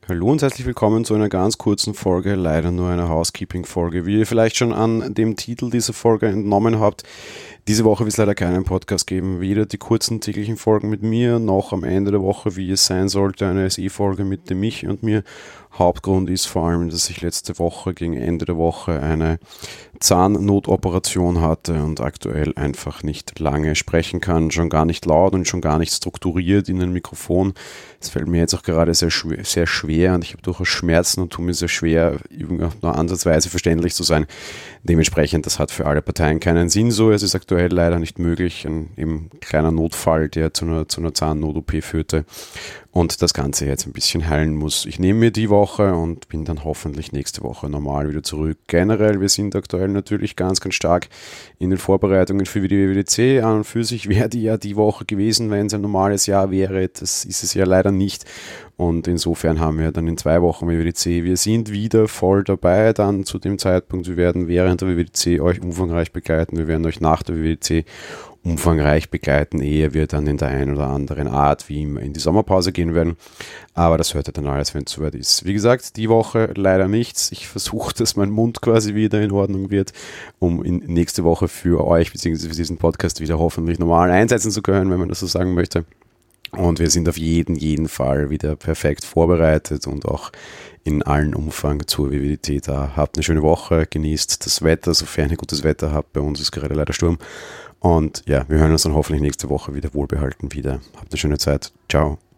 Hallo und herzlich willkommen zu einer ganz kurzen Folge, leider nur eine Housekeeping-Folge. Wie ihr vielleicht schon an dem Titel dieser Folge entnommen habt, diese Woche wird es leider keinen Podcast geben. Weder die kurzen täglichen Folgen mit mir, noch am Ende der Woche, wie es sein sollte, eine SE-Folge mit dem Mich und mir. Hauptgrund ist vor allem, dass ich letzte Woche gegen Ende der Woche eine Zahnnotoperation hatte und aktuell einfach nicht lange sprechen kann, schon gar nicht laut und schon gar nicht strukturiert in ein Mikrofon. Es fällt mir jetzt auch gerade sehr schwer und ich habe durchaus Schmerzen und tue mir sehr schwer, nur ansatzweise verständlich zu sein. Dementsprechend, das hat für alle Parteien keinen Sinn so. Es ist aktuell leider nicht möglich. Ein kleiner Notfall, der zu einer Zahnnot-OP führte und das Ganze jetzt ein bisschen heilen muss. Ich nehme mir die Woche und bin dann hoffentlich nächste Woche normal wieder zurück. Generell, wir sind aktuell natürlich ganz, ganz stark in den Vorbereitungen für die WWDC. An und für sich wäre die ja die Woche gewesen, wenn es ein normales Jahr wäre. Das ist es ja leider nicht. Und insofern haben wir dann in 2 Wochen WWDC. Wir sind wieder voll dabei dann zu dem Zeitpunkt. Wir werden während der WWDC euch umfangreich begleiten. Wir werden euch nach der WWDC umfangreich begleiten, ehe wir dann in der einen oder anderen Art wie immer in die Sommerpause gehen werden. Aber das hört ihr dann alles, wenn es soweit ist. Wie gesagt, die Woche leider nichts. Ich versuche, dass mein Mund quasi wieder in Ordnung wird, um nächste Woche für euch bzw. für diesen Podcast wieder hoffentlich normal einsetzen zu können, wenn man das so sagen möchte. Und wir sind auf jeden Fall wieder perfekt vorbereitet und auch in allen Umfang zur WWDC da. Habt eine schöne Woche, genießt das Wetter, sofern ihr gutes Wetter habt. Bei uns ist gerade leider Sturm. Und ja, wir hören uns dann hoffentlich nächste Woche wieder wohlbehalten wieder. Habt eine schöne Zeit. Ciao.